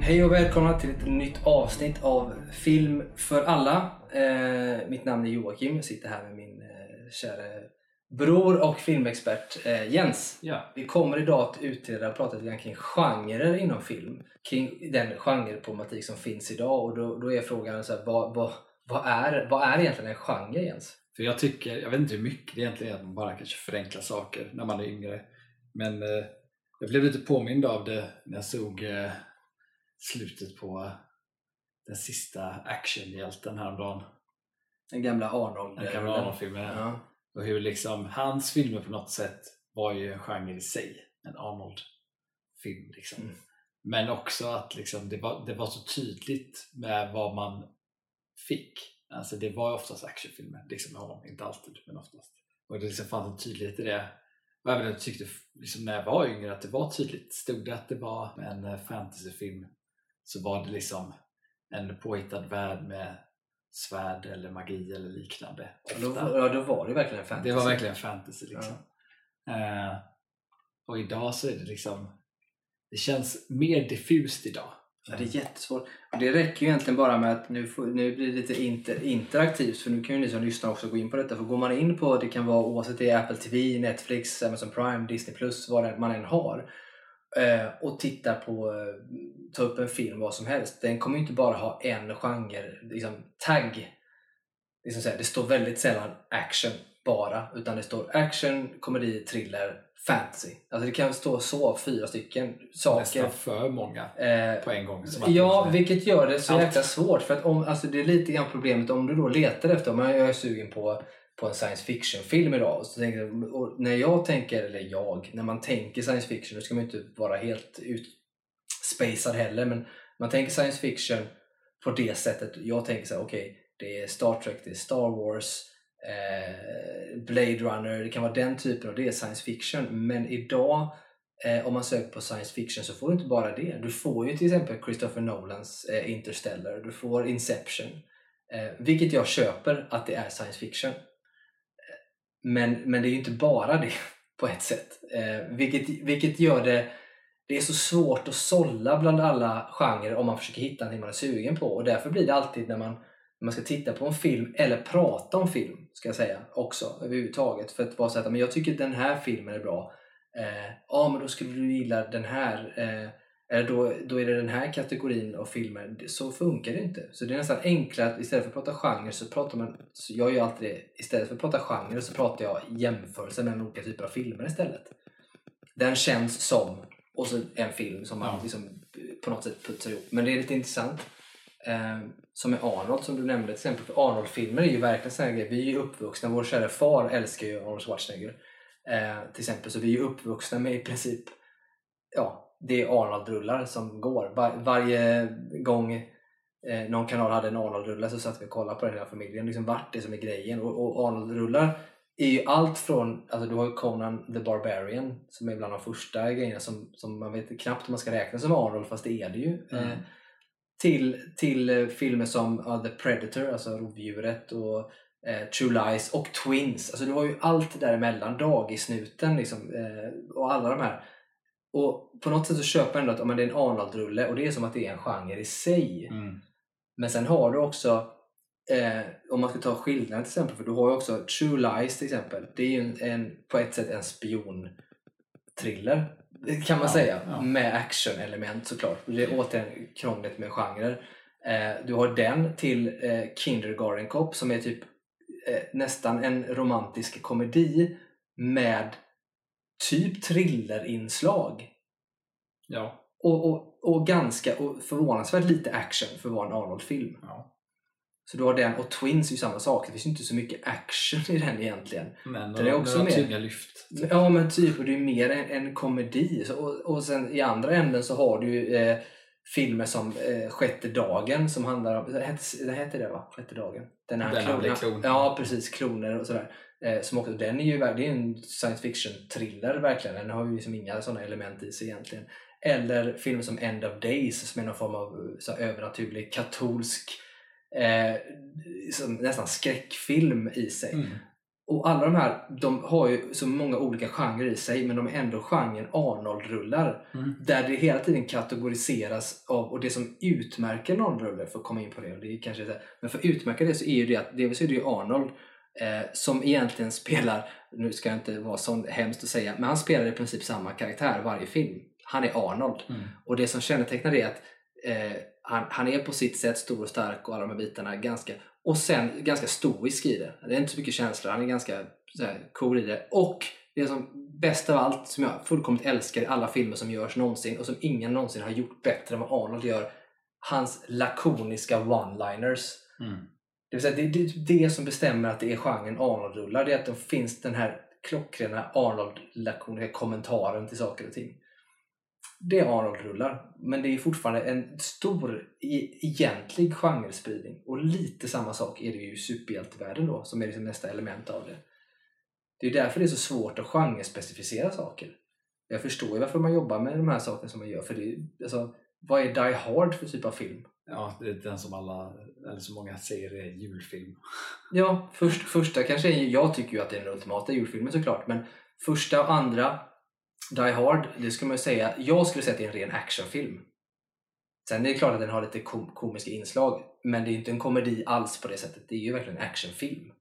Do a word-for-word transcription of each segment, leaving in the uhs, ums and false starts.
Hej och välkomna till ett nytt avsnitt av Film för alla. Eh, mitt namn är Joakim. Jag sitter här med min eh, kära bror och filmexpert eh, Jens. Ja. Vi kommer idag att utreda och prata lite kring genrer inom film. Kring den genreproblematik som finns idag. Och då, då är frågan så här, vad, vad, vad, är, vad är egentligen en genre, Jens? För jag tycker, jag vet inte hur mycket det egentligen är att man bara kanske förenklar saker när man är yngre. Men eh, jag blev lite påmind av det när jag såg eh, slutet på den sista actionhjälten häromdagen. Den gamla Arnold. Den gamla Arnold-filmen. Ja. Och hur liksom hans filmer på något sätt var ju en genre i sig. En Arnold-film liksom. Mm. Men också att liksom, det, var, det var så tydligt med vad man fick. Alltså det var oftast actionfilmer, liksom med honom, inte alltid men oftast. Och det liksom fanns en tydlighet i det. Och även jag tyckte liksom, när jag var yngre att det var tydligt. Stod det att det var en fantasyfilm så var det liksom en påhittad värld med svärd eller magi eller liknande. Ofta. Ja, då var det verkligen fantasy. Det var verkligen fantasy liksom. Ja. Uh, och idag så är det liksom, det känns mer diffust idag. Ja, det är jättesvårt. Och det räcker ju egentligen bara med att nu, får, nu blir det lite inter, interaktivt. För nu kan ju ni som lyssnar också gå in på detta. För går man in på, det kan vara oavsett det är Apple T V, Netflix, Amazon Prime, Disney plus, vad man än har. Eh, och titta på, ta upp en film, vad som helst. Den kommer ju inte bara ha en genre, liksom tagg. Liksom så här, det står väldigt sällan action bara. Utan det står action, komedi, thriller, fantasy. Alltså det kan stå så fyra stycken saker. Nästan för många eh, på en gång. Som ja, vilket gör det så jäkla svårt. För att om, alltså det är lite grann problemet om du då letar efter, om jag är sugen på, på en science fiction film idag. Och så tänker, och när jag tänker, eller jag, när man tänker science fiction, då ska man inte vara helt utspacad heller. Men man tänker science fiction på det sättet. Jag tänker så här, okej, okay, det är Star Trek, det är Star Wars, Eh, Blade Runner, det kan vara den typen, och det är science fiction. Men idag eh, om man söker på science fiction så får du inte bara det. Du får ju till exempel Christopher Nolans eh, Interstellar, du får Inception, eh, vilket jag köper att det är science fiction. Men, men det är ju inte bara det på ett sätt, eh, vilket, vilket gör det det är så svårt att sålla bland alla genrer om man försöker hitta något man är sugen på. Och därför blir det alltid när man När man ska titta på en film eller prata om film, ska jag säga också överhuvudtaget, för att vara så att men jag tycker att den här filmen är bra, eh, ja men då skulle du gilla den här, eh, eller då, då är det den här kategorin av filmer. Så funkar det inte. Så det är nästan enklare att istället för att prata genre så pratar man, så jag gör alltid det, istället för att prata genre så pratar jag jämförelse mellan olika typer av filmer istället. Den känns som, och så en film som man ja. liksom på något sätt putsar ihop. Men det är lite intressant. Eh, som är Arnold, som du nämnde till exempel, för Arnold-filmer är ju verkligen så här grejer. Vi är ju uppvuxna, vår kära far älskar ju Arnold Schwarzenegger eh, till exempel, så vi är ju uppvuxna med i princip, ja, det är Arnold-rullar som går Var, varje gång eh, någon kanal hade en Arnold-rulla så satt vi och kollade på den här familjen, liksom vart det som är grejen. Och, och Arnold-rullar är ju allt från, alltså du har ju Conan the Barbarian som är bland de första grejerna som, som man vet knappt om man ska räkna som Arnold, fast det är det ju. mm. eh, Till, till filmer som uh, The Predator, alltså rovdjuret, och eh, True Lies och Twins. Alltså du har ju allt däremellan, Dagisnuten liksom, eh, och alla de här. Och på något sätt så köper jag ändå att oh, men det är en Arnold-rulle och det är som att det är en genre i sig. Mm. Men sen har du också, eh, om man ska ta skillnaden till exempel, för du har ju också True Lies till exempel. Det är ju en, en, på ett sätt en spion-thriller, kan man ja, säga, ja. Med action-element såklart. Det är återigen krångligt med genrer. Eh, du har den till eh, Kindergarten Cop som är typ eh, nästan en romantisk komedi med typ thriller-inslag. Ja. Och, och, och ganska och förvånansvärt lite action för att vara en Arnold-film. Ja. Så du har den, och Twins är ju samma sak. Det finns ju inte så mycket action i den egentligen. Men det är också mer mer lyft. Typ. Ja, men typ, och det är mer en, en komedi. Så, och, och sen i andra änden så har du ju eh, filmer som eh, Sjätte dagen, som handlar om, det heter det, heter det va? Sjätte dagen. Den här kloner, klon. Ja, precis, kloner och sådär. Eh, som också, den är ju, det är en science fiction thriller verkligen. Den har ju liksom inga sådana element i sig egentligen. Eller filmer som End of Days som är någon form av så övernaturlig katolsk Eh, som nästan skräckfilm i sig. Mm. Och alla de här, de har ju så många olika genrer i sig, men de är ändå genren Arnold-rullar. Mm. Där det hela tiden kategoriseras av, och det som utmärker en Arnold-rullar, för att komma in på det, och det är kanske så här, men för att utmärka det så är ju det att dels är det ju Arnold eh, som egentligen spelar, nu ska jag inte vara så hemskt att säga, men han spelar i princip samma karaktär varje film. Han är Arnold. Mm. Och det som kännetecknar det är att eh, han, han är på sitt sätt stor och stark och alla de här bitarna ganska, och sen ganska stoisk i det. Det är inte så mycket känslor, han är ganska så här, cool i det. Och det som bäst av allt, som jag fullkomligt älskar i alla filmer som görs någonsin och som ingen någonsin har gjort bättre än vad Arnold gör, hans lakoniska one-liners. Mm. Det vill säga, det är det, det som bestämmer att det är genren Arnold-rullar. Det är att det finns den här klockrena Arnold-lakoniska kommentaren till saker och ting. Det är Arnold-rullar, men det är fortfarande en stor e- egentlig genrespridning. Och lite samma sak är det ju i superhjältevärlden då, som är liksom nästa element av det. Det är därför det är så svårt att genrespecificera saker. Jag förstår ju varför man jobbar med de här sakerna som man gör. För det är, alltså, vad är Die Hard för typ av film? Ja, det är den som alla, eller så många säger är julfilm. Ja, först, första kanske är, jag tycker ju att det är den ultimata julfilmen såklart. Men första och andra, Die Hard, det skulle man ju säga, jag skulle säga att det är en ren actionfilm. Sen är det klart att den har lite kom- komiska inslag, men det är inte en komedi alls på det sättet. Det är ju verkligen en actionfilm.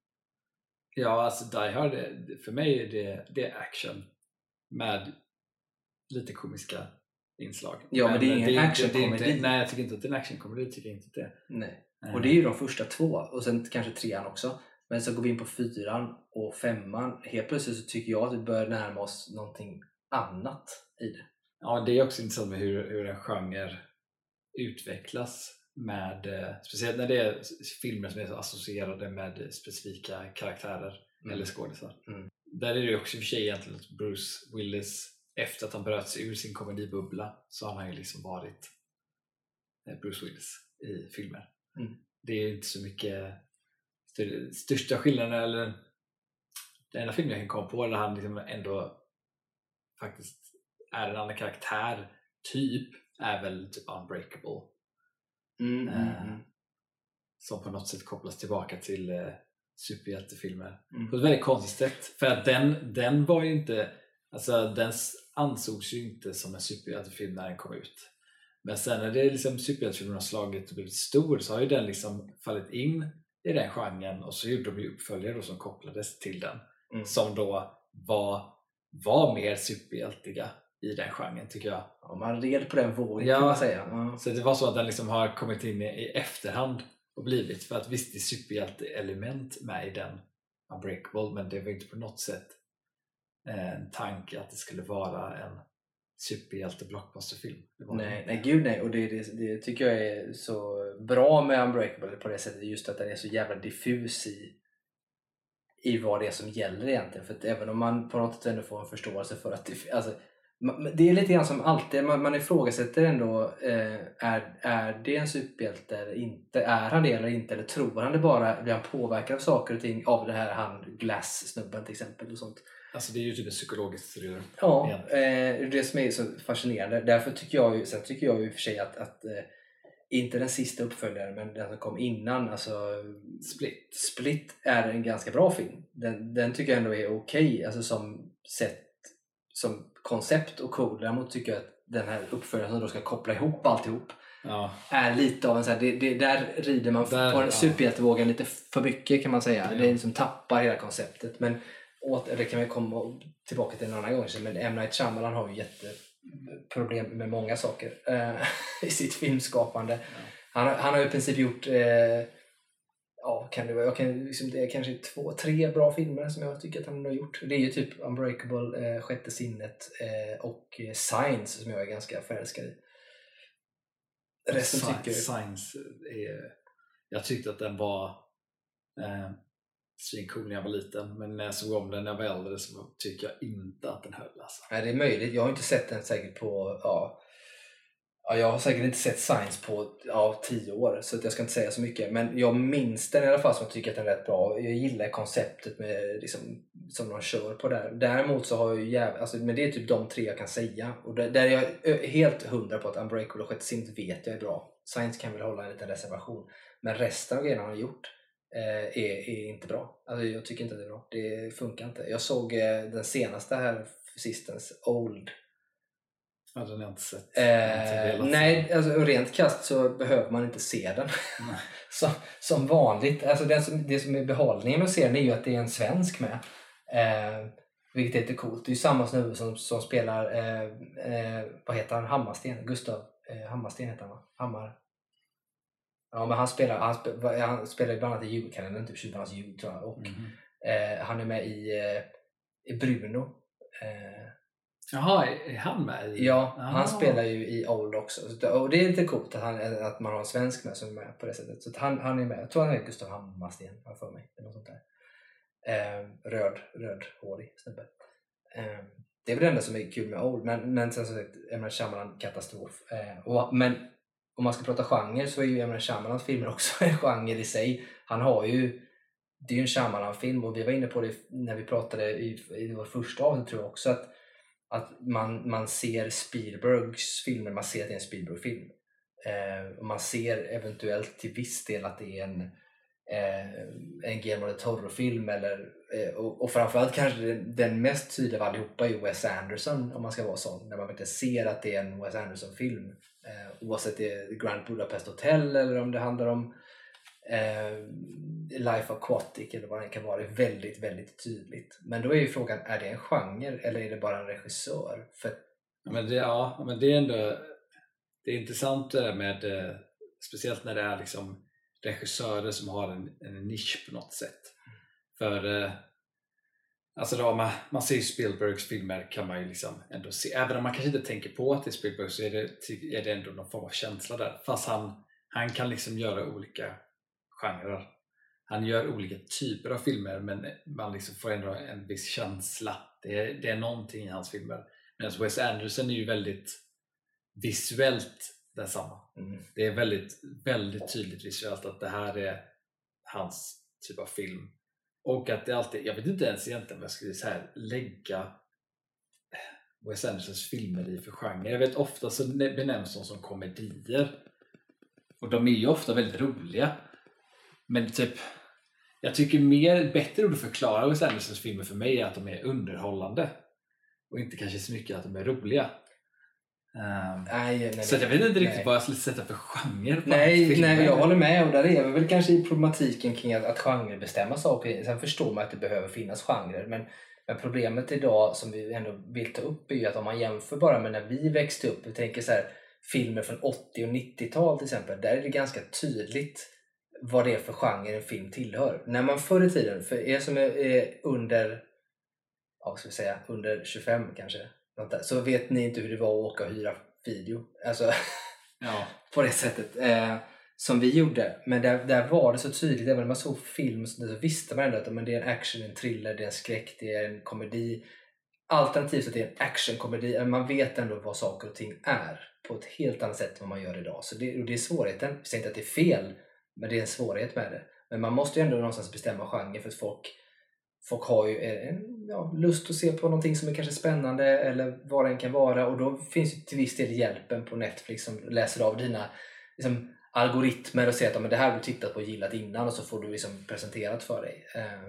Ja, alltså Die Hard, för mig är det, det är action med lite komiska inslag. Ja, men, men det är ingen actionkomedi. Nej, jag tycker inte att det är en actionkomedi, tycker jag inte det. Nej, och det är ju de första två, och sen kanske trean också. Men så går vi in på fyran och femman. Helt plötsligt så tycker jag att vi börjar närma oss någonting annat i det. Ja, det är också intressant med hur, hur en genre utvecklas med, eh, speciellt när det är filmer som är associerade med specifika karaktärer mm. eller skådisar. Mm. Där är det också i och för sig egentligen att Bruce Willis, efter att han bröt sig ur sin komedibubbla, så har han ju liksom varit Bruce Willis i filmer. Mm. Det är inte så mycket största skillnaden, eller den enda filmen jag kan komma på där han liksom ändå faktiskt är en annan karaktär typ, är väl typ Unbreakable. Mm, eh, mm. Som på något sätt kopplas tillbaka till eh, superhjältefilmer mm. på ett väldigt konstigt sätt, för att den, den var ju inte, alltså den ansågs ju inte som en superhjältefilm när den kom ut, men sen när det liksom superhjältefilmen har slagit och blivit stor, så har ju den liksom fallit in i den genren, och så gjorde de ju uppföljare då som kopplades till den mm. som då var, var mer superhjältiga i den genren, tycker jag. Ja, man red på den vågen ja, kan man säga. Ja. Så det var så att den liksom har kommit in i efterhand och blivit, för att visst det är superhjälteelement med i den Unbreakable, men det var inte på något sätt en tanke att det skulle vara en superhjälte-blockbusterfilm. Nej, nej, gud nej. Och det, det, det tycker jag är så bra med Unbreakable på det sättet, just att den är så jävla diffus i i vad det är som gäller egentligen. För att även om man på något sätt ändå får en förståelse för att det, alltså, det är lite grann som alltid, man, man ifrågasätter ändå eh, är, är det en superhjälte eller inte? Är han det eller inte? Eller tror han det bara? Blir han påverkad av saker och ting av det här han Glass-snubben till exempel och sånt? Alltså det är ju typ en psykologisk thriller. Ja, eh, det som är så fascinerande. Därför tycker jag ju, sen tycker jag ju i och för sig att, att eh, inte den sista uppföljaren, men den som kom innan, alltså Split. Split är en ganska bra film. Den, den tycker jag ändå är okej, okay, alltså som sätt, som koncept och cool. Däremot tycker jag att den här uppföljaren som då ska koppla ihop alltihop ja. är lite av en så här, det, det, där rider man där, på en ja. superhjältevågen lite för mycket kan man säga. Ja. Det är liksom tappar hela konceptet. Men åt, det kan vi komma tillbaka till en annan gång, men M. Night Shyamalan har ju jätteproblem med många saker eh, i sitt filmskapande. Ja. Han, han har i princip gjort eh, ja, kan det vara, jag kan, liksom, det är kanske två, tre bra filmer som jag tycker att han har gjort. Det är ju typ Unbreakable, eh, Sjätte sinnet eh, och eh, Signs som jag är ganska förälskad i. Resten Signs, tycker Signs är, jag tyckte att den var eh, svincool när jag var liten, men när jag såg om den när jag var äldre så tycker jag inte att den höll alltså. Nej, det är möjligt. Jag har inte sett den säkert på ja, ja, jag har säkert inte sett Signs på ja, tio år, så att jag ska inte säga så mycket, men jag minns den i alla fall som jag tycker att den är rätt bra. Jag gillar konceptet med, liksom, som de kör på där. Däremot så har jag ju jävla, alltså, men det är typ de tre jag kan säga, och där, där är jag helt hundra på att Unbreakable och Sjätte sinnet vet jag är bra. Signs kan väl hålla en liten reservation, men resten av grejerna han har gjort är, är inte bra. Alltså, jag tycker inte att det är bra. Det funkar inte. Jag såg den senaste här sistens, Old. Ja, den har jag inte sett. Eh, inte nej, alltså, rent kast så behöver man inte se den. som, som vanligt. Alltså, det, som, det som är behållningen med att se den är ju att det är en svensk med. Eh, vilket är lite coolt. Det är ju samma snubbe som, som spelar eh, eh, vad heter han? Hammarsten. Gustav eh, Hammarsten heter han, va? Hammar. Ja, men han spelar han, spe, han spelar bland annat i julkalendern, typ tjuvarnas jul tror jag. Och mm. eh, han är med i, eh, i Bruno. Eh, Jaha, är han med? I... Ja, Aha. Han spelar ju i Old också. Och det är lite coolt att, han, att man har en svensk med som är med på det sättet. Så att han, han är med. Jag tror han är Gustav Hammarsten för mig. Eller något sånt där. Eh, röd, rödhårig snubbe. Eh, det är väl det enda som är kul med Old. Men, men sen så sagt, M. Night Shyamalan katastrof. Eh, och, men om man ska prata genre så är ju M. Night Shyamalans filmer också en genre i sig. Han har ju, det är ju en Shyamalan-film och vi var inne på det när vi pratade i, i vår första avsnitt tror jag också att att man, man ser Spielbergs filmer, man ser att det är en Spielberg-film. Eh, och man ser eventuellt till viss del att det är en, eh, en Guillermo del Toro-film. Eller, eh, och, och framförallt kanske den, den mest tydliga av allihopa är Wes Anderson, om man ska vara sån. När man inte ser att det är en Wes Anderson-film. Eh, oavsett det är Grand Budapest Hotel eller om det handlar om eh, Life Aquatic eller vad det kan vara. Det är väldigt, väldigt tydligt. Men då är ju frågan, är det en genre eller är det bara en regissör? För... Ja, men det, ja, men det är ändå det är intressant det där med eh, speciellt när det är liksom regissörer som har en, en nisch på något sätt. För eh, alltså då, man, man ser ju Spielbergs filmer kan man ju liksom ändå se, även om man kanske inte tänker på att det är Spielberg så är det, är det ändå någon form av känsla där. Fast han, han kan liksom göra olika genrer. Han gör olika typer av filmer men man liksom får ändå en viss känsla. Det är, det är någonting i hans filmer. Medan Wes Anderson är ju väldigt visuellt detsamma. Mm. Det är väldigt, väldigt tydligt visuellt att det här är hans typ av film. Och att det alltid, jag vet inte ens egentligen vad jag skulle så här lägga Wes Andersons filmer i för genre. Jag vet ofta så benämns de som komedier. Och de är ju ofta väldigt roliga. Men typ, jag tycker mer, bättre ord att förklara Wes Andersons filmer för mig är att de är underhållande. Och inte kanske så mycket att de är roliga. Um, nej, nej, så jag vet inte riktigt nej. vad jag skulle sätta för genre på nej, nej, jag håller med. Och där är vi väl kanske i problematiken kring att, att genre bestämmer saker. Sen förstår man att det behöver finnas genrer. Men, men problemet idag som vi ändå vill ta upp är ju att om man jämför bara med när vi växte upp. Vi tänker så här, filmer från åttio- och nittio-tal till exempel. Där är det ganska tydligt vad det är för genre en film tillhör. När man förr i tiden, för er som är, är under, ja, vad ska vi säga, under tjugofem kanske, så vet ni inte hur det var att åka och hyra video. Alltså, ja. På det sättet. Eh, som vi gjorde. Men där, där var det så tydligt, även när man såg film så visste man ändå att men det är en action, en thriller, det är en skräck, det är en komedi. Alternativt att det är en actionkomedi. Man vet ändå vad saker och ting är på ett helt annat sätt än vad man gör idag. Så det, och det är svårigheten. Jag säger inte att det är fel, men det är en svårighet med det. Men man måste ju ändå någonstans bestämma genre för att folk Folk har ju en ja, lust att se på någonting som är kanske spännande eller vad det än kan vara. Och då finns ju till viss del hjälpen på Netflix som läser av dina liksom, algoritmer och säger att men det här har du tittat på och gillat innan och så får du liksom presenterat för dig.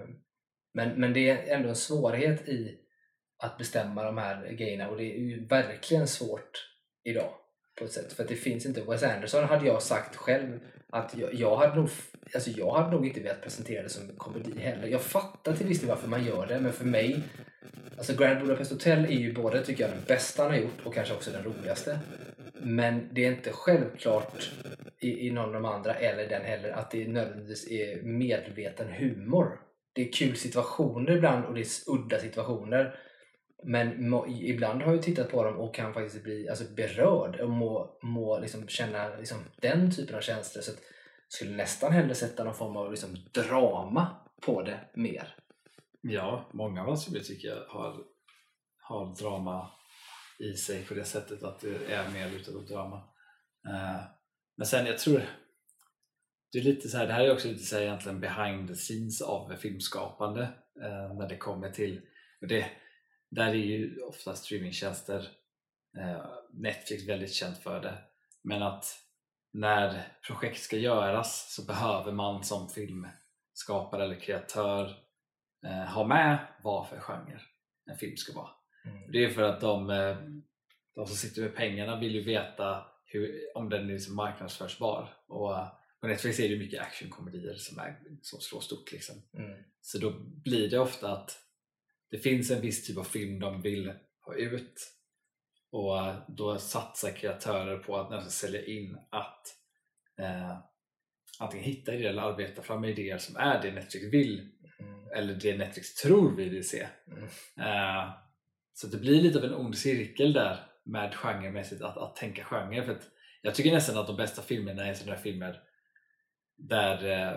Men, men det är ändå en svårighet i att bestämma de här grejerna och det är ju verkligen svårt idag på ett sätt. För att det finns inte. Wes Anderson hade jag sagt själv att jag, jag, hade nog, alltså jag hade nog inte velat presentera det som komedi heller. Jag fattar till viss del varför man gör det, men för mig, alltså Grand Budapest Hotel är ju både tycker jag den bästa han har gjort och kanske också den roligaste. Men det är inte självklart i, i någon av de andra eller den heller att det nödvändigtvis är medveten humor. Det är kul situationer ibland och det är udda situationer. Men må, ibland har jag tittat på dem och kan faktiskt bli alltså, berörd och må, må liksom, känna liksom, den typen av känslor. Så att jag skulle nästan hellre sätta någon form av liksom, drama på det mer. Ja, många av oss tycker jag har, har drama i sig på det sättet att det är mer utav drama. Uh, men sen jag tror det är lite så här, det här är också lite så här, egentligen behind the scenes av filmskapande uh, när det kommer till det. Där är ju ofta streamingtjänster, eh, Netflix väldigt känt för det. Men att när projekt ska göras så behöver man som skapare eller kreatör eh, har med vad för genre en film ska vara. Mm. Det är för att de, de som sitter med pengarna vill ju veta hur, om den är liksom marknadsförsbar. Och på Netflix är det mycket actionkomedier som, är, som slår stort liksom. Mm. Så då blir det ofta att det finns en viss typ av film de vill ha ut, och då satsar kreatörer på att nästan sälja in att eh, antingen hitta idéer eller arbeta fram idéer som är det Netflix vill mm. eller det Netflix tror vi vill se. Mm. Eh, så det blir lite av en ond cirkel där med genremässigt att, att tänka genre, för att jag tycker nästan att de bästa filmerna är sådana filmer där eh,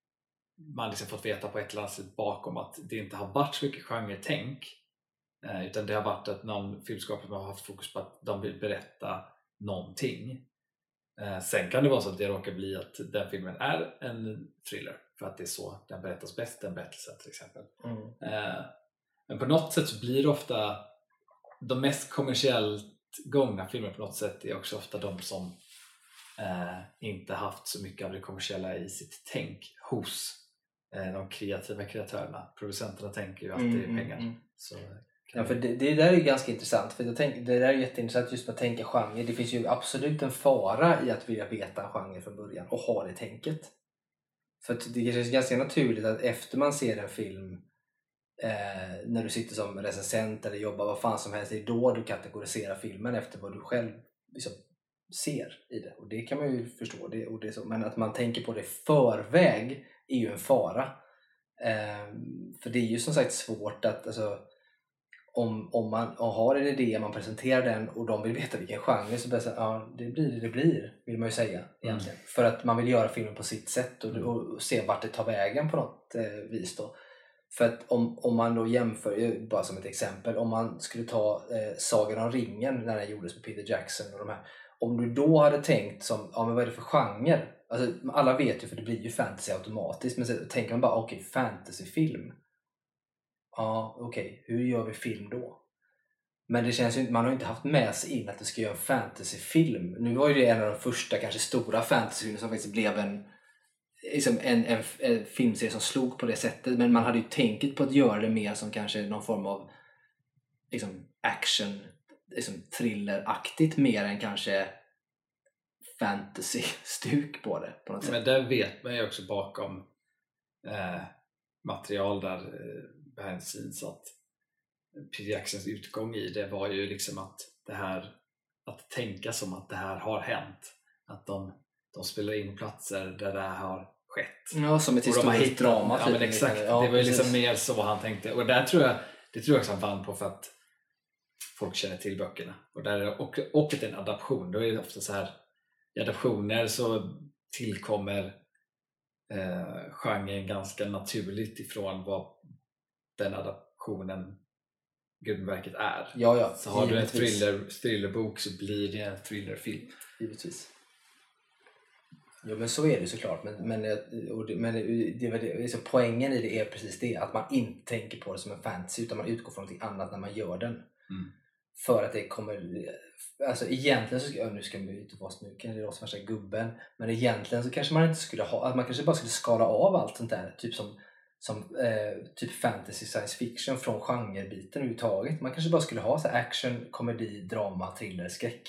man liksom fått veta på ett eller annat sätt bakom att det inte har varit så mycket genre-tänk, eh, utan det har varit att någon filmskapare har haft fokus på att de vill berätta någonting. Eh, sen kan det vara så att det råkar bli att den filmen är en thriller för att det är så den berättas bäst, den berättelsen till exempel. Mm. Eh, men på något sätt så blir det ofta de mest kommersiellt gångna filmer på något sätt är också ofta de som eh, inte haft så mycket av det kommersiella i sitt tänk hos eh, de kreativa kreatörerna. Producenterna tänker ju alltid mm, pengar. Mm. Så, ja, för det, det där är ganska intressant, för jag tänk, det där är jätteintressant just med att tänka genre. Det finns ju absolut en fara i att vilja veta en genre från början och ha det tänket. För det är ganska naturligt att efter man ser en film, eh, när du sitter som recensent eller jobbar vad fan som helst, det är då du kategoriserar filmen efter vad du själv liksom ser i det. Och det kan man ju förstå, det, och det är så. Men att man tänker på det förväg är ju en fara. Eh, för det är ju som sagt svårt att alltså, om, om man har en idé, man presenterar den och de vill veta vilken genre, så blir det, ja, det blir det det blir, vill man ju säga egentligen. Mm. För att man vill göra filmen på sitt sätt och, mm. och se vart det tar vägen på något eh, vis då. För att om, om man då jämför, bara som ett exempel, om man skulle ta eh, Sagan om ringen när den gjordes med Peter Jackson och de här, om du då hade tänkt som, ja men vad är det för genre? Alltså alla vet ju, för det blir ju fantasy automatiskt, men så tänker man bara, okej, okay, fantasyfilm. Ja, okej, okay. Hur gör vi film då? Men det känns ju, man har ju inte haft med sig in att det ska göra en fantasyfilm. Nu var ju det en av de första kanske stora fantasyfilmer som faktiskt blev en, liksom en, en, en filmserie som slog på det sättet. Men man hade ju tänkt på att göra det mer som kanske någon form av liksom action, liksom thrilleraktigt mer än kanske fantasy-stuk på det på något sätt. Men där vet man ju också bakom eh, material där eh, behind the scenes att Peter Jacksons utgång i det var ju liksom att det här, att tänka som att det här har hänt, att de, de spelar in platser där det här har skett. Ja, som ett historiskt drama. Ja, men exakt. Ja, det var ju liksom mer så han tänkte, och där tror jag, det tror jag också han vann på för att folk känner till böckerna. Och, där, och, och att en adaption, då är det ofta så här, i adaptioner så tillkommer eh, genren ganska naturligt ifrån vad den adaptionen grundverket är. Ja, ja. Så har givetvis du en thriller, thrillerbok så blir det en thrillerfilm. Givetvis. Ja, men så är det såklart. Men, men, och det, men det, det, så poängen i det är precis det, att man inte tänker på det som en fantasy utan man utgår från något annat när man gör den. Mm. För att det kommer, alltså egentligen så ska, ja, nu ska man ju inte vara snuken, det är också värsta gubben, men egentligen så kanske man inte skulle ha, att man kanske bara skulle skala av allt sånt där, typ som, som eh, typ fantasy, science fiction från genrebiten överhuvudtaget. Man kanske bara skulle ha så action, komedi, drama, thriller, skräck,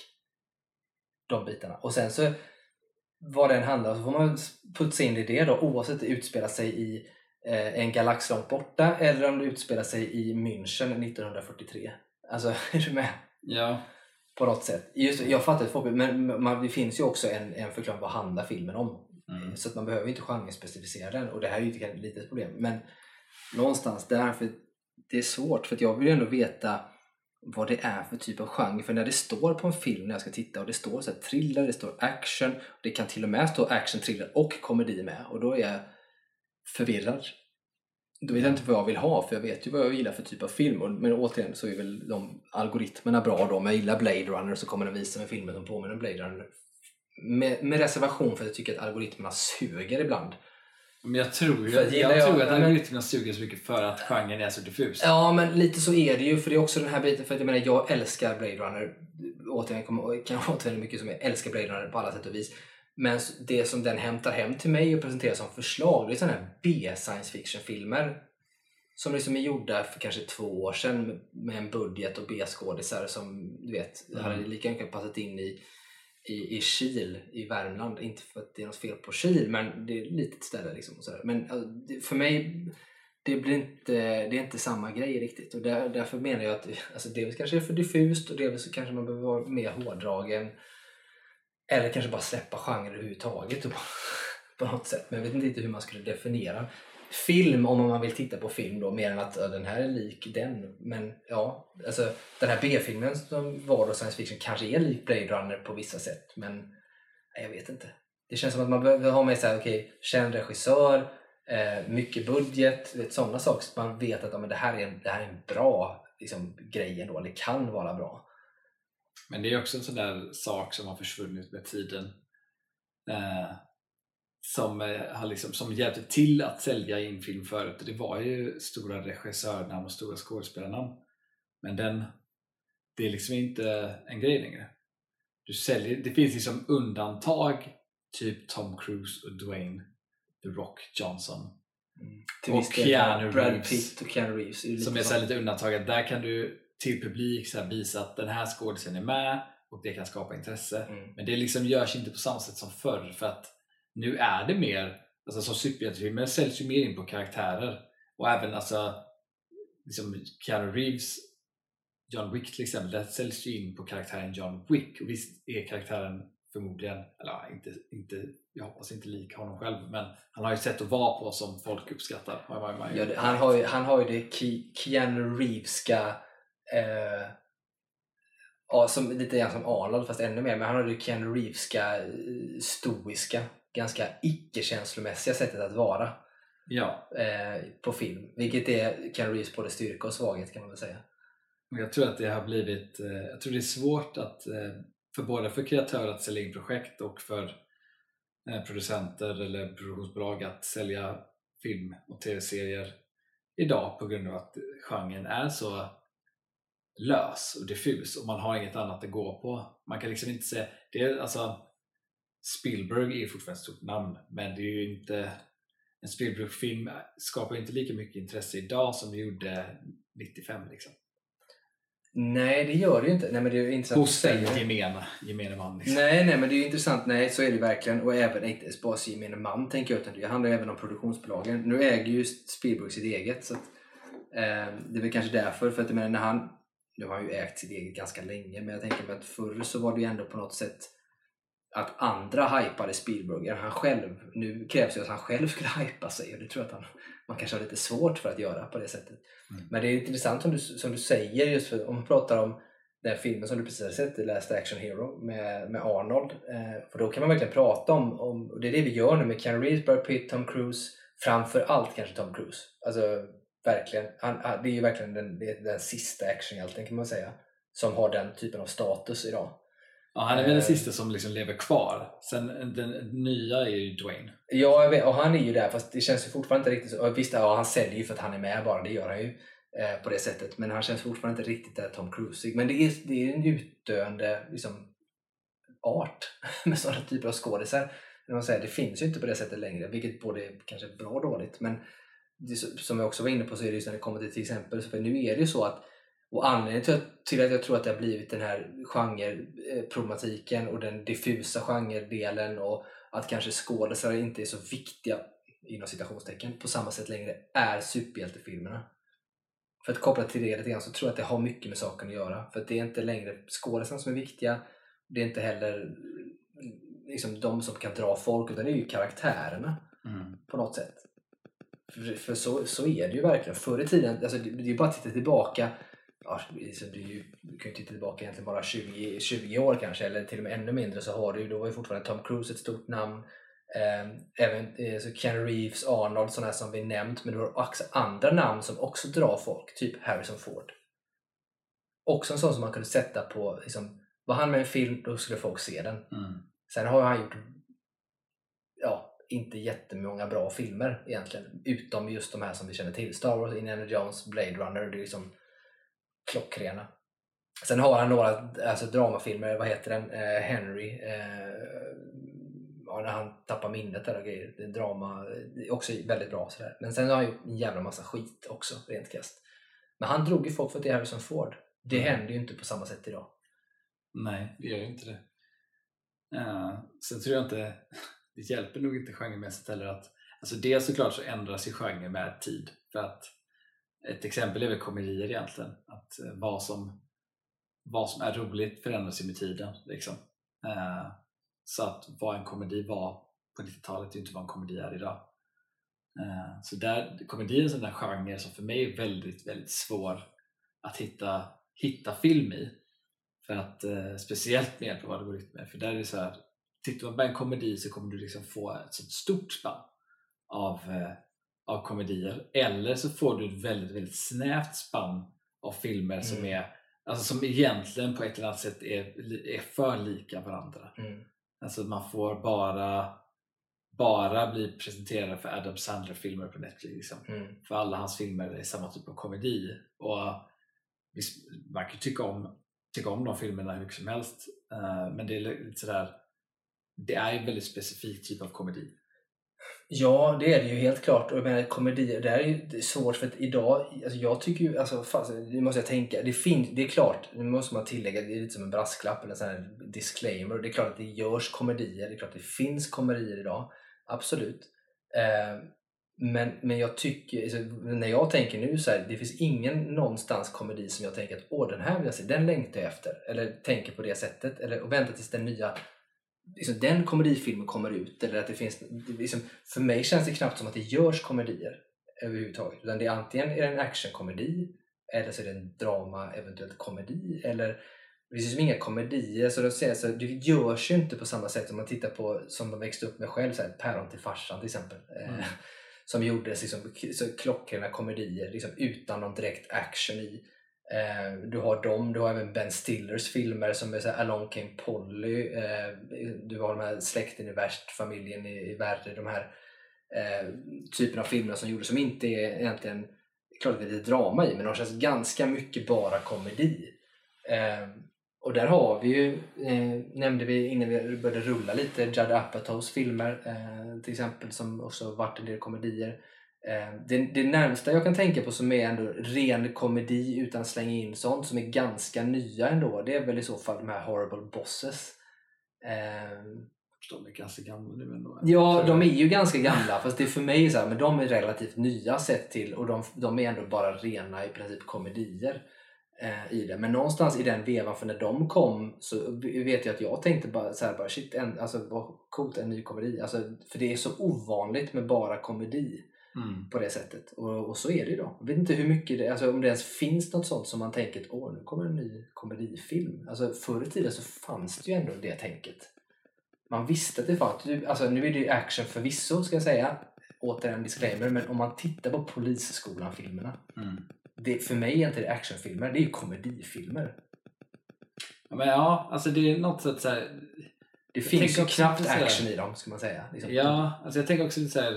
de bitarna. Och sen så vad den handlar om så får man putsa in i det då, oavsett det utspelar sig i eh, en galax långt borta eller om det utspelar sig i München nittonhundrafyrtiotre. Alltså, är du med? Ja. På något sätt. Just, jag fattar ett folk, men man, det finns ju också en, en förklaring vad handlar filmen om. Mm. Så att man behöver inte genrespecificera den. Och det här är ju ett litet problem. Men någonstans därför, det är svårt. För att jag vill ju ändå veta vad det är för typ av genre. För när det står på en film när jag ska titta och det står så här thriller, det står action. Det kan till och med stå action, thriller och komedi med. Och då är jag förvirrad. Då vet jag inte vad jag vill ha, för jag vet ju vad jag gillar för typ av film. Men återigen så är väl de algoritmerna bra då. Om jag gillar Blade Runner så kommer den visa mig filmer som påminner om Blade Runner. Med, med reservation för att jag tycker att algoritmerna suger ibland. Men jag tror, jag, jag, jag, jag tror att algoritmerna suger så mycket för att genren är så diffus. Ja, men lite så är det ju. För det är också den här biten, för att jag menar, jag älskar Blade Runner. Återigen, kan jag återvända mycket som jag älskar Blade Runner på alla sätt och vis. Men det som den hämtar hem till mig och presenterar som förslag, det är sådana här B-science fiction-filmer som liksom är gjorda för kanske två år sedan med en budget och B-skådisar som du vet, mm. hade lika mycket passat in i, i, i Kil i Värmland. Inte för att det är något fel på Kil, men det är ett litet ställe liksom. Och så men alltså, för mig det blir inte, det är inte samma grej riktigt. Och där, därför menar jag att alltså, delvis kanske är för diffust och delvis så kanske man behöver vara mer hårdragen. Eller kanske bara släppa genre överhuvudtaget på något sätt. Men jag vet inte hur man skulle definiera film om man vill titta på film då. Mer än att ja, den här är lik den. Men ja, alltså den här B-filmen som var då science fiction kanske är lik Blade Runner på vissa sätt. Men nej, jag vet inte. Det känns som att man behöver ha med sig okej, okay, känd regissör, eh, mycket budget, vet, sådana saker. Så man vet att ja, men det, här är en, det här är en bra liksom, grej ändå. Eller kan vara bra. Men det är också en sån där sak som har försvunnit med tiden eh, som, eh, har liksom, som hjälpte till att sälja in film förut. Det var ju stora regissörnamn och stora skådespelarnamn. Men den, det är liksom inte en grej längre. Du säljer, det finns liksom undantag, typ Tom Cruise och Dwayne The Rock Johnson. Mm. Och Keanu Brad Pitt och Keanu Reeves. Är som är så lite undantag. Där kan du till publik så här visa att den här skådespelaren är med och det kan skapa intresse. Mm. Men det liksom görs inte på samma sätt som förr, för att nu är det mer, alltså som superhjältefilmer säljs ju mer in på karaktärer. Och även alltså liksom Keanu Reeves, John Wick till exempel, där säljs ju in på karaktären John Wick. Och visst är karaktären förmodligen, eller inte, inte, jag hoppas inte lik honom själv, men han har ju sätt att vara på som folk uppskattar. Ja, det, han, har ju, han har ju det Ke- Keanu Reeveska Eh, ja, som, lite grann som Arnold fast ännu mer, men han har det Keanu Reeveska stoiska, ganska icke-känslomässiga sättet att vara ja. eh, på film, vilket är Keanu Reeves både styrka och svaghet kan man väl säga. Jag tror att det har blivit eh, jag tror det är svårt att eh, för både för kreatörer att sälja in projekt och för eh, producenter eller produktionsbolag att sälja film och tv-serier idag, på grund av att genren är så lös och diffus och man har inget annat att gå på. Man kan liksom inte säga det är, alltså Spielberg är fortfarande ett stort namn, men det är ju inte, en Spielberg-film skapar inte lika mycket intresse idag som det gjorde nittiofem liksom. Nej, det gör det ju inte. Nej, men det är intressant. Hos den gemene, gemene man liksom. Nej, nej, men det är ju intressant. Nej, så är det verkligen. Och även inte bara gemene man tänker jag, utan det handlar även om produktionsbolagen. Nu äger ju Spielberg sitt eget, så att, eh, det är väl kanske därför, för att jag menar, när han nu har han ju ägt sitt eget ganska länge, men jag tänker mig att förr så var det ju ändå på något sätt att andra hypade Spielberg än han själv. Nu krävs ju att han själv skulle hypa sig, och det tror jag att han, man kanske har lite svårt för att göra på det sättet. Mm. Men det är intressant som du, som du säger, just för om man pratar om den filmen som du precis har sett, The Last Action Hero med, med Arnold, eh, för då kan man verkligen prata om, om, och det är det vi gör nu med Keanu Reeves, Brad Pitt, Tom Cruise, framför allt kanske Tom Cruise. Alltså verkligen, han, det är ju verkligen den, det är den sista actionhjälten kan man säga, som har den typen av status idag. Ja, han är väl den sista som liksom lever kvar. Sen den nya är ju Dwayne. Ja, jag vet, och han är ju där, fast det känns ju fortfarande inte riktigt så. Visst, ja, han säljer ju för att han är med bara, det gör han ju eh, på det sättet. Men han känns fortfarande inte riktigt där Tom Cruise. Men det är, det är en utdöende liksom, art med sådana typer av skådisar. Man säger, det finns ju inte på det sättet längre, vilket både är kanske bra och dåligt. Men det, som jag också var inne på, så är det just när det kommer till till exempel, för nu är det ju så att, och anledningen till, till att jag tror att det har blivit den här genreproblematiken och den diffusa genredelen, och att kanske skådespelare inte är så viktiga inom citationstecken på samma sätt längre, är superhjältefilmerna. För att koppla till det lite grann, så tror jag att det har mycket med saken att göra. För att det är inte längre skådespelarna som är viktiga, det är inte heller liksom de som kan dra folk, utan det är ju karaktärerna mm. på något sätt. För, för så, så är det ju verkligen. Förr i tiden, alltså det, det är bara att titta tillbaka. Ja, det är ju, du kan ju titta tillbaka egentligen bara tjugo, tjugo år kanske, eller till och med ännu mindre, så har du, då var ju fortfarande Tom Cruise ett stort namn, eh, även eh, så Keanu Reeves, Arnold, sådana här som vi nämnt, men du har också andra namn som också drar folk, typ Harrison Ford. Också en sån som man kunde sätta på, liksom, var han med en film, då skulle folk se den. Mm. Sen har han gjort ja, inte jättemånga bra filmer egentligen, utom just de här som vi känner till, Star Wars, Indiana Jones, Blade Runner, det är liksom klockrena. Sen har han några alltså dramafilmer, vad heter den? Eh, Henry. Eh, ja, när han tappar minnet där och grejer. Det är drama, det är också väldigt bra sådär. Men sen har han gjort en jävla massa skit också, rent krasst. Men han drog ju folk för att det är Harrison Ford. Det mm. händer ju inte på samma sätt idag. Nej, det gör ju inte det. Uh, sen tror jag inte, det hjälper nog inte genremässigt heller att, alltså dels såklart så ändras ju genre med tid. För att ett exempel är väl komedier egentligen. Att uh, vad, som, vad som är roligt förändras ju med tiden. Liksom. Uh, så att vad en komedi var på nittiotalet är inte vad en komedi är idag. Uh, så där, komedi är en sån där genre som för mig är väldigt, väldigt svår att hitta, hitta film i. För att uh, speciellt med hjälp av algoritmer. För där är det så här, tittar man på en komedi så kommer du liksom få ett sånt stort spann av, uh, av komedier. Eller så får du ett väldigt, väldigt snävt spann av filmer mm. som är alltså som egentligen på ett eller annat sätt är, är för lika varandra. Mm. Alltså man får bara bara bli presenterad för Adam Sandler-filmer på Netflix liksom. Mm. För alla hans filmer är samma typ av komedi. Och visst, man kan tycka om, tycka om de filmerna hur mycket som helst. Uh, men det är lite sådär, det är en väldigt specifik typ av komedi. Ja, det är det ju helt klart. Och jag menar, komedi, det är ju svårt för att idag, alltså jag tycker ju, alltså fast, det måste jag tänka, det finns, det är klart, nu måste man tillägga, det är lite som en brasklapp eller en sån här disclaimer. Det är klart att det görs komedier, det är klart att det finns komedier idag, absolut. Eh, men, men jag tycker, alltså, när jag tänker nu så här, det finns ingen någonstans komedi som jag tänker att åh, den här vill jag se, den längtar jag efter. Eller tänker på det sättet, eller och vänta tills den nya liksom den komedifilmen kommer ut, eller att det finns liksom, för mig känns det knappt som att det görs komedier överhuvudtaget, utan det är antingen är det en actionkomedi eller så är det en drama, eventuellt komedi, eller det finns ju inga komedier, så, säger, så det görs ju inte på samma sätt som man tittar på, som de växte upp med själv, så här, Päron till farsan till exempel, mm. eh, som gjordes liksom, så klockrena komedier liksom, utan någon direkt action i. Eh, du har dem, du har även Ben Stillers filmer som är så här, Along Came Polly, eh, du har de här Släkten är värst, Familjen är värre, de här eh, typen av filmer som gjordes som inte är egentligen, klart att det är drama i, men de känns ganska mycket bara komedi. Eh, och där har vi ju, eh, nämnde vi innan vi började rulla lite, Judd Apatows filmer eh, till exempel, som också varit en del komedier. Det, det närmsta jag kan tänka på som är ändå ren komedi utan att slänga in sånt som är ganska nya ändå, det är väl i så fall de här Horrible Bosses. De är ganska gamla nu ändå. Ja, de är ju ganska gamla, fast det är för mig så här, men de är relativt nya sett till, och de, de är ändå bara rena i princip komedier eh, i det. Men någonstans i den vevan, för när de kom så vet jag att jag tänkte bara så här, bara shit, en, alltså vad coolt, en ny komedi. Alltså, för det är så ovanligt med bara komedi. Mm. På det sättet, och, och så är det ju då. Jag vet inte hur mycket det, alltså om det ens finns något sånt som man tänker att åh, nu kommer en ny komedifilm. Alltså förr i tiden så fanns det ju ändå det tänket. Man visste att det fanns, alltså nu är det ju action förvisso ska jag säga, återigen disclaimer, men om man tittar på Polisskolan-filmerna, mm. det, för mig är inte det actionfilmer, det är ju komedifilmer. Ja, men ja, alltså det är något sätt så här, det finns ju knappt action i dem, ska man säga liksom. Ja, alltså jag tänker också lite så här,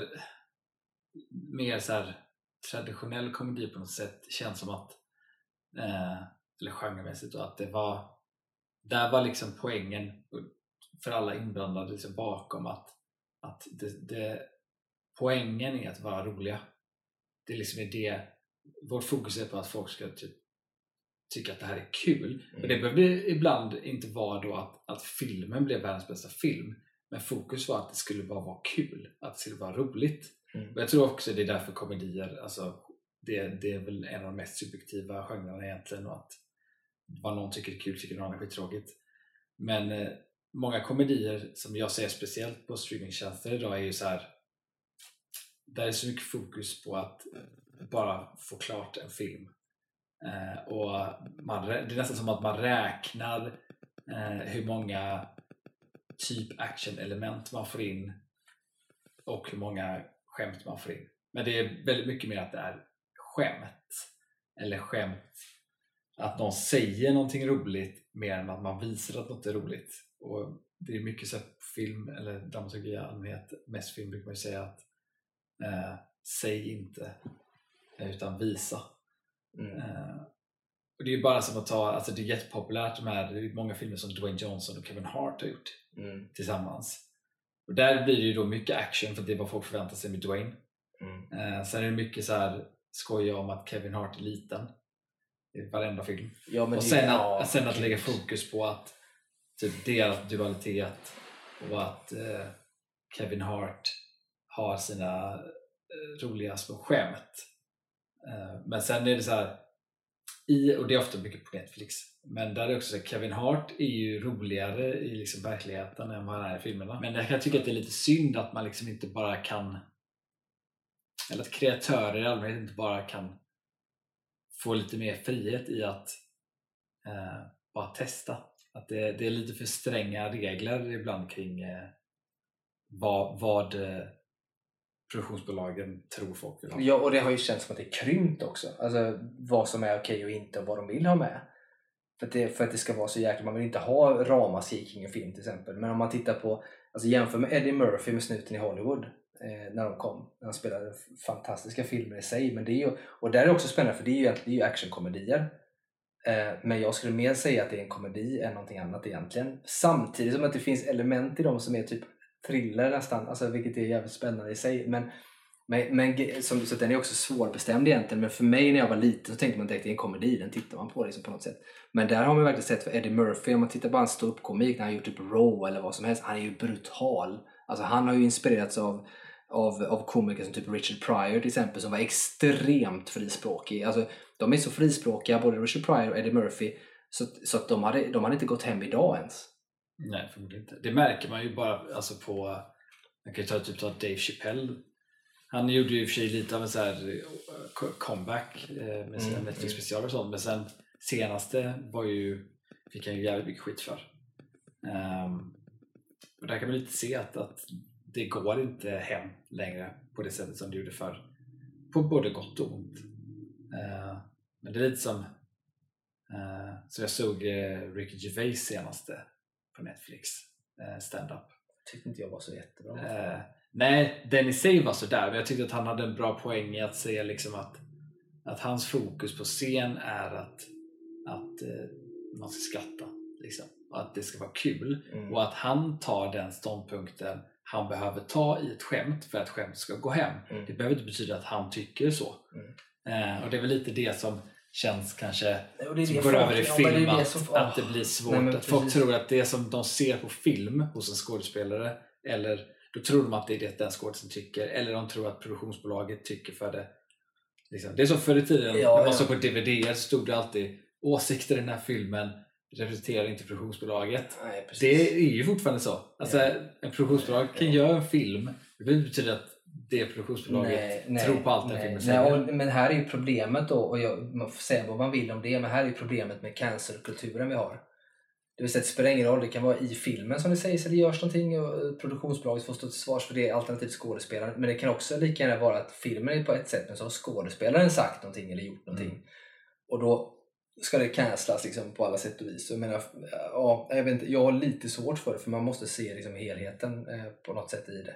mer så här traditionell komedi på något sätt, känns som att eh, eller genremässigt då, att det var där var liksom poängen för alla inblandade liksom bakom att, att det, det, poängen är att vara roliga. Det är liksom det, vårt fokus är på att folk ska typ tycka att det här är kul. Mm. Och det behöver ibland inte vara då att, att filmen blev världens bästa film, men fokus var att det skulle bara vara kul, att det skulle vara roligt. Mm. Och jag tror också det är därför komedier, alltså det, det är väl en av de mest subjektiva genrerna egentligen, och att vad någon tycker är kul tycker någon är skittråkigt. Men eh, många komedier som jag ser speciellt på streamingtjänster idag är ju så här, där är så mycket fokus på att bara få klart en film. Eh, och man, det är nästan som att man räknar eh, hur många typ action-element man får in och hur många skämt man får in. Men det är väldigt mycket mer att det är skämt, eller skämt att någon säger någonting roligt mer än att man visar att något är roligt. Och det är mycket så här på film eller dramaturgi i allmänhet, mest film brukar man ju säga att eh, säg inte utan visa. Mm. Eh, och det är ju bara som att ta, alltså det är jättepopulärt de här, det är många filmer som Dwayne Johnson och Kevin Hart har gjort mm. tillsammans. Och där blir det ju då mycket action för det är vad folk förväntar sig med Dwayne. Mm. Eh, sen är det mycket så här skoja om att Kevin Hart är liten i varenda film. Ja, men och sen, ja, att, sen att lägga fokus på att typ deras dualitet och att eh, Kevin Hart har sina eh, roliga små skämt. Eh, men sen är det så här i, och det är ofta mycket på Netflix, men där är också så här, Kevin Hart är ju roligare i liksom verkligheten än vad han är i filmerna. Men jag kan tycka att det är lite synd att man liksom inte bara kan, eller att kreatörer i allmänhet inte bara kan få lite mer frihet i att eh, bara testa. Att det, det är lite för stränga regler ibland kring eh, vad, vad eh, produktionsbolagen tror folk vill ha. Ja, och det har ju känts som att det är krympt också. Alltså vad som är okej och inte och vad de vill ha med. För att det, för att det ska vara så jäkla, man vill inte ha ramaskri kring en film till exempel. Men om man tittar på, alltså jämför med Eddie Murphy med Snuten i Hollywood eh, när de kom. När de spelade fantastiska filmer i sig. Men det är ju, och där är det också spännande för det är ju, det är ju actionkomedier. Eh, men jag skulle mer säga att det är en komedi än någonting annat egentligen. Samtidigt som att det finns element i dem som är typ thriller nästan, alltså, vilket är jävligt spännande i sig. Men, men, men som, så den är också svårbestämd egentligen. Men för mig när jag var liten så tänkte man direkt att det är en komedi, den tittar man på liksom, på något sätt. Men där har man verkligen sett för Eddie Murphy, om man tittar på hans ståuppkomik när han har gjort typ Raw eller vad som helst, han är ju brutal. Alltså han har ju inspirerats av, av, av komiker som typ Richard Pryor till exempel, som var extremt frispråkig. Alltså de är så frispråkiga, både Richard Pryor och Eddie Murphy, så, så att de hade, de hade inte gått hem idag ens. Nej, förmodligen inte. Det märker man ju bara alltså på, man kan ju ta typ av Dave Chappelle. Han gjorde ju i och för sig lite av en så här comeback med sina mm, Netflix-specialer och sånt, men sen senaste var ju, fick han ju jävligt mycket skit för. Um, och där kan man lite se att, att det går inte hem längre på det sättet som det gjorde förr. På både gott och ont. Uh, men det är lite som uh, så jag såg uh, Ricky Gervais senaste på Netflix uh, stand-up. Tyckte inte jag var så jättebra. Uh, nej, den i sig var så där. Men jag tyckte att han hade en bra poäng i att säga liksom att, att hans fokus på scen är att, att uh, man ska skratta. Liksom. Och att det ska vara kul. Mm. Och att han tar den ståndpunkten han behöver ta i ett skämt för att skämt ska gå hem. Mm. Det behöver inte betyda att han tycker så. Mm. Uh, och det är väl lite det som känns kanske och det är som det går folk, över i ja, film, det att, det som, att det blir svårt. Nej, att folk tror att det som de ser på film hos en skådespelare, eller då tror de att det är det den skådespelaren tycker, eller de tror att produktionsbolaget tycker för det. Liksom. Det är som förr i tiden, ja, när man ja. såg på D V D så stod det alltid åsikter i den här filmen representerar inte produktionsbolaget. Nej, det är ju fortfarande så. Alltså, ja. En produktionsbolag kan ja. göra en film, det behöver inte betyda att det produktionsbolaget nej, nej, tror på allt den filmen säger. Men här är ju problemet då, och jag, man får säga vad man vill om det, men här är ju problemet med cancelkulturen vi har. Det vill säga, det spelar ingen roll, det kan vara i filmen som det sägs eller görs någonting och produktionsbolaget får stå till svars för det, alternativt skådespelaren. Men det kan också lika gärna vara att filmen är på ett sätt, men så har skådespelaren sagt någonting eller gjort någonting. Mm. Och då ska det cancelas liksom på alla sätt och vis. Jag menar, ja, jag vet inte, jag har lite svårt för det, för man måste se liksom helheten eh, på något sätt i det.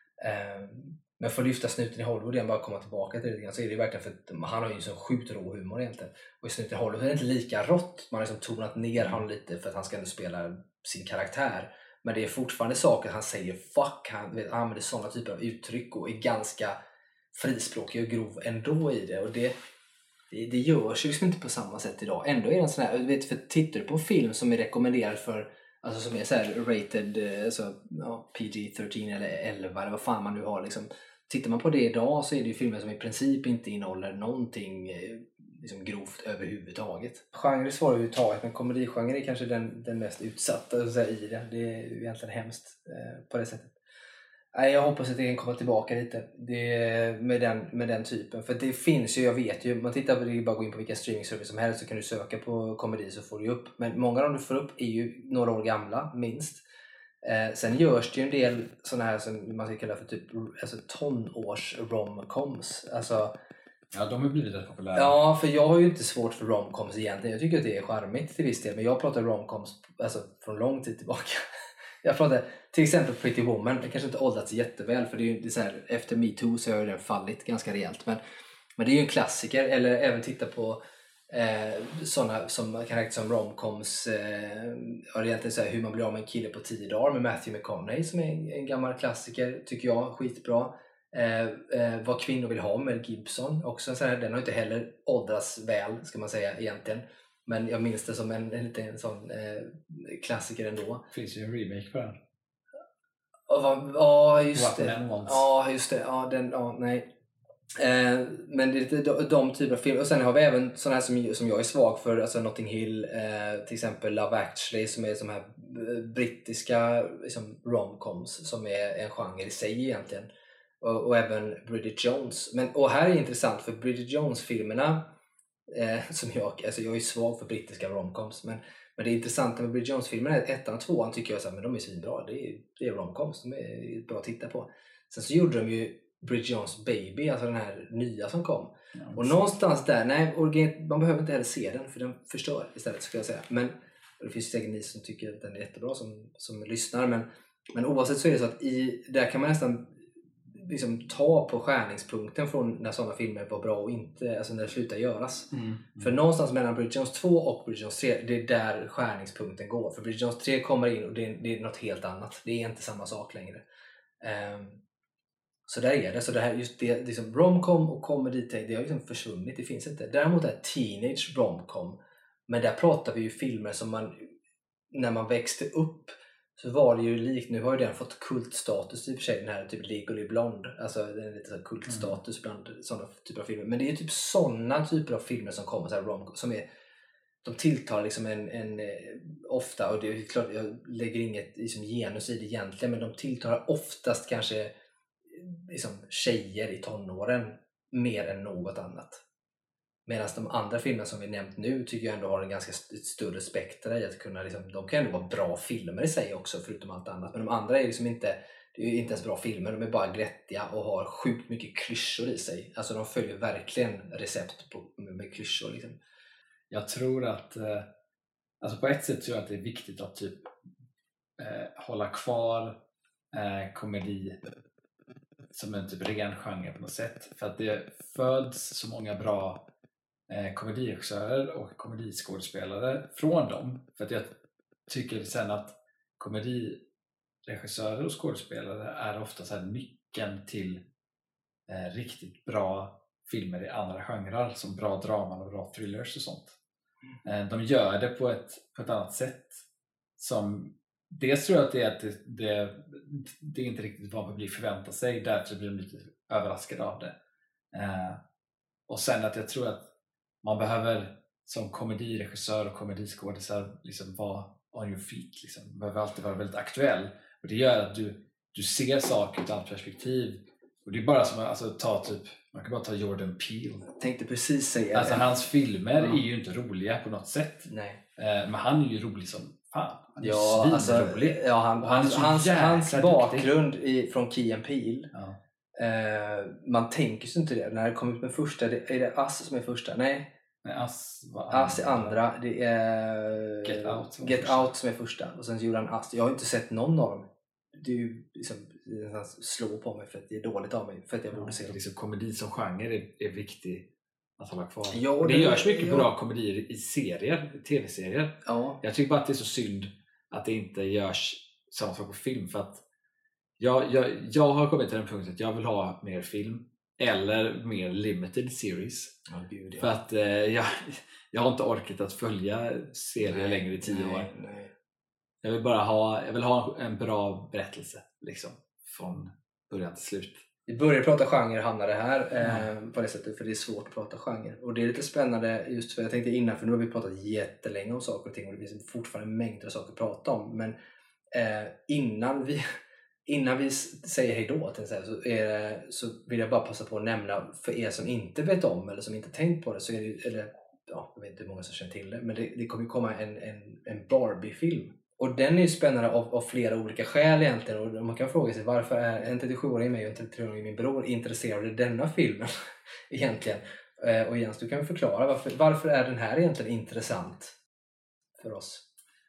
Eh, men för att lyfta Snuten i Hollywood igen, bara komma tillbaka till det igen, så är det ju verkligen för att han har ju en sån sjukt rå humor egentligen. Och i Snuten i Hollywood är det inte lika rått. Man har liksom tonat ner han lite för att han ska ändå spela sin karaktär. Men det är fortfarande saker han säger fuck, han, vet, han använder sådana typer av uttryck och är ganska frispråkig och grov ändå i det. Och det Det, det görs ju liksom inte på samma sätt idag. Ändå är det en sån här, vet, för tittar du på en film som är rekommenderad för, alltså som är så här rated, alltså, ja, P G tretton eller elva eller vad fan man nu har liksom. Tittar man på det idag så är det ju filmer som i princip inte innehåller någonting liksom grovt överhuvudtaget. Genre är svår överhuvudtaget, men komedigenre är kanske den, den mest utsatta så här, i det. Det är ju egentligen hemskt eh, på det sättet. Nej, jag hoppas att det kan komma tillbaka lite det, med, den, med den typen. För det finns ju, jag vet ju, man tittar på det, bara gå in på vilka streamingservice som helst så kan du söka på komedi så får du upp. Men många av de du får upp är ju några år gamla, minst. Eh, sen görs det ju en del sådana här som man ska kalla för typ alltså tonårs romcoms. Alltså, ja, de har blivit rätt populära. Ja, för jag har ju inte svårt för romcoms egentligen. Jag tycker att det är charmigt till viss del. Men jag pratar romcoms alltså, från lång tid tillbaka. Jag pratar till exempel Pretty Woman. Det kanske inte åldrats jätteväl, för det är ju det är så här, efter Me Too så har den fallit ganska rejält. Men, men det är ju en klassiker. Eller även titta på Eh, sådana som man kan räkna som romcoms, eh, ja, egentligen så här, hur man blir av med en kille på tio dagar med Matthew McConaughey som är en, en gammal klassiker, tycker jag, skitbra. Eh, eh, Vad kvinnor vill ha med Gibson också, så här, den har inte heller åldrats väl, ska man säga egentligen, men jag minns det som en, en liten sån eh, klassiker ändå. Det finns ju en remake på den. Ja, just det. Ja, just det. Ja, den, ja, nej. Eh, men det är lite de, de typer av filmer. Och sen har vi även sådana här som, som jag är svag för, alltså Notting Hill, eh, till exempel Love Actually, som är de här brittiska liksom, romcoms som är en genre i sig egentligen. Och, och även Bridget Jones. Men, och här är det intressant, för Bridget Jones-filmerna, eh, som jag, alltså jag är svag för brittiska romcoms, men Men det intressanta med Bridget Jones-filmerna är ettan och tvåan tycker jag så här, men de är svinbra. Det är, det är romcoms, de är bra att titta på. Sen så gjorde de ju Bridget Jones Baby, alltså den här nya som kom. Ja, och någonstans där, nej, man behöver inte heller se den för den förstör istället, skulle jag säga. Men det finns säkert ni som tycker att den är jättebra som, som lyssnar. Men, men oavsett så är det så att i, där kan man nästan liksom ta på skärningspunkten från när sådana filmer var bra och inte, alltså när det slutar göras. Mm. Mm. För någonstans mellan Bridget Jones två och Bridget Jones tre, det är där skärningspunkten går. För Bridget Jones tre kommer in och det är, det är något helt annat. Det är inte samma sak längre. Um, så där är det. Så det här, just det, liksom romcom och comedy, det har liksom försvunnit. Det finns inte. Däremot är teenage romcom. Men där pratar vi ju filmer som man, när man växte upp, så var det ju likt, nu har ju den fått kultstatus i och för sig, den här typ Legally Blonde, alltså den är lite så kultstatus mm. bland sådana typer av filmer, men det är ju typ sådana typer av filmer som kommer så här rom, som är, de tilltar liksom en, en ofta, och det är klart jag lägger inget liksom, genus i det egentligen, men de tilltar oftast kanske liksom, tjejer i tonåren mer än något annat. Medan de andra filmerna som vi nämnt nu tycker jag ändå har en ganska st- större spektra i att kunna, liksom, de kan ändå vara bra filmer i sig också förutom allt annat. Men de andra är liksom inte, det är inte ens bra filmer, de är bara glättiga och har sjukt mycket klyschor i sig. Alltså de följer verkligen recept på, med, med klyschor liksom. Jag tror att, eh, alltså på ett sätt tror jag att det är viktigt att typ eh, hålla kvar eh, komedi som en typ ren genre på något sätt. För att det föds så många bra Eh, komediregissörer och komediskådespelare från dem, för att jag tycker sen att komediregissörer och skådespelare är ofta så här nyckeln till eh, riktigt bra filmer i andra genrer, som bra draman och bra thrillers och sånt. Eh, de gör det på ett, på ett annat sätt som, dels tror jag att det är att det, det, det är inte riktigt vad publik förväntar sig, därför blir de lite överraskade av det. Eh, och sen att jag tror att man behöver som komediregissör och komediskådespelare liksom vara on your feet, liksom. Man behöver alltid vara väldigt aktuell, och det gör att du, du ser saker ur ett annat perspektiv, och det är bara som att alltså, ta typ, man kan bara ta Jordan Peele. Jag tänkte precis säga alltså, det. Hans filmer mm. är ju inte roliga på något sätt. Nej. Men han är ju rolig som fan. Han är ja, ju alltså, ja, han, han hans, hans, hans bakgrund i, från Key and Peele, ja. eh, man tänker sig inte det när det kommer ut med första, det, är det Us som är första? Nej. Nej, Us var Us är andra, det är Get Out som, Get Out som är första, och sen gjorde han Us. Jag har inte sett någon av dem. Det är ju liksom, det slår på mig för att det är dåligt av mig, för att jag borde se det. Liksom, komedi som genre är, är viktig att hålla kvar. Ja, och det, det görs mycket ja. bra komedier i serier, tv-serier. Ja. Jag tycker bara att det är så synd att det inte görs samma sak på film, för att jag, jag, jag har kommit till den punkten att jag vill ha mer film eller mer limited series. Oh, Gud, ja. För att eh, jag, jag har inte orkat att följa serier nej, längre i tio nej, år. Nej. Jag vill bara ha, jag vill ha en bra berättelse liksom, från början till slut. Vi börjar prata genre, hamnar det här mm. eh, på det sättet, för det är svårt att prata genre. Och det är lite spännande just för jag tänkte innan, för nu har vi pratat jättelänge om saker och ting och det finns fortfarande mängder av saker att prata om. Men eh, innan vi Innan vi säger hej då till så, här, så, är, så vill jag bara passa på att nämna för er som inte vet om eller som inte tänkt på det, så är det, eller ja, jag vet inte hur många som känner till det, men det, det kommer komma en, en, en Barbie-film. Och den är ju spännande av, av flera olika skäl egentligen, och man kan fråga sig varför är en trettiosjuåring mig och en trettiosjuåring min bror intresserade av denna filmen egentligen. Och Jens, du kan förklara varför, varför är den här egentligen intressant för oss?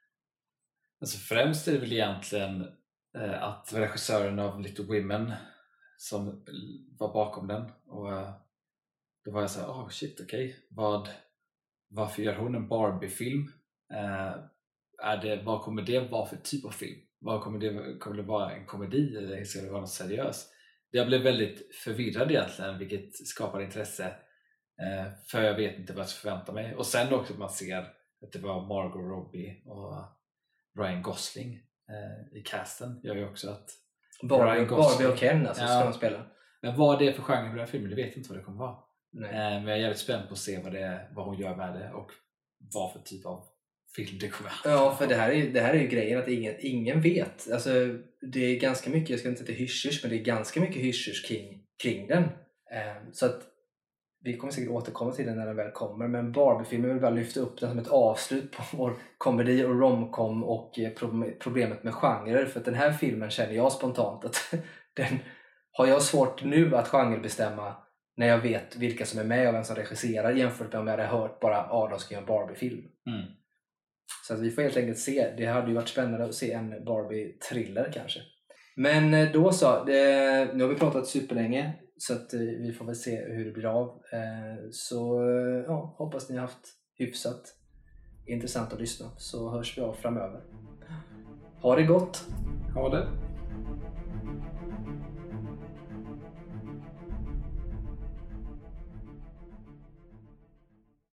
Alltså främst är det väl egentligen att regissören av Little Women som var bakom den, och då var jag så här, oh shit, okej, okay. vad varför gör hon en Barbie-film? Uh, är det, vad kommer det vara för typ av film? Vad kommer det, kommer det vara en komedi eller ska det vara något seriöst? Jag blev väldigt förvirrad egentligen, vilket skapar intresse. Uh, för jag vet inte vad jag ska förvänta mig. Och sen också att man ser att det var Margot Robbie och Ryan Gosling uh, i casten gör ju också att Barbie, Barbie och Ken alltså, ja. Ska de spela. Men vad det är för genre på den här filmen, det vet jag inte vad det kommer vara. Nej. Men jag är jävligt spänd på att se vad, det är, vad hon gör med det och vad för typ av film det kommer att. Ja, för det här är, det här är ju grejen att ingen, ingen vet. Alltså, det är ganska mycket, jag ska inte säga hysch, men det är ganska mycket hysch kring, kring den. Så att vi kommer säkert återkomma till den när den väl kommer. Men Barbie-filmen vill bara lyfta upp den som ett avslut på vår komedi och romcom och problemet med genrer. För att den här filmen känner jag spontant att den har jag svårt nu att genrebestämma när jag vet vilka som är med och vem som regisserar jämfört med om jag hade hört bara att ah, de ska göra en Barbie-film. Mm. Så att vi får helt enkelt se. Det hade ju varit spännande att se en Barbie-thriller kanske. Men då så, det, nu har vi pratat superlänge så att vi får väl se hur det blir av. Så ja, hoppas ni har haft hyfsat intressant att lyssna, så hörs vi av framöver. Ha det gott! Ha det!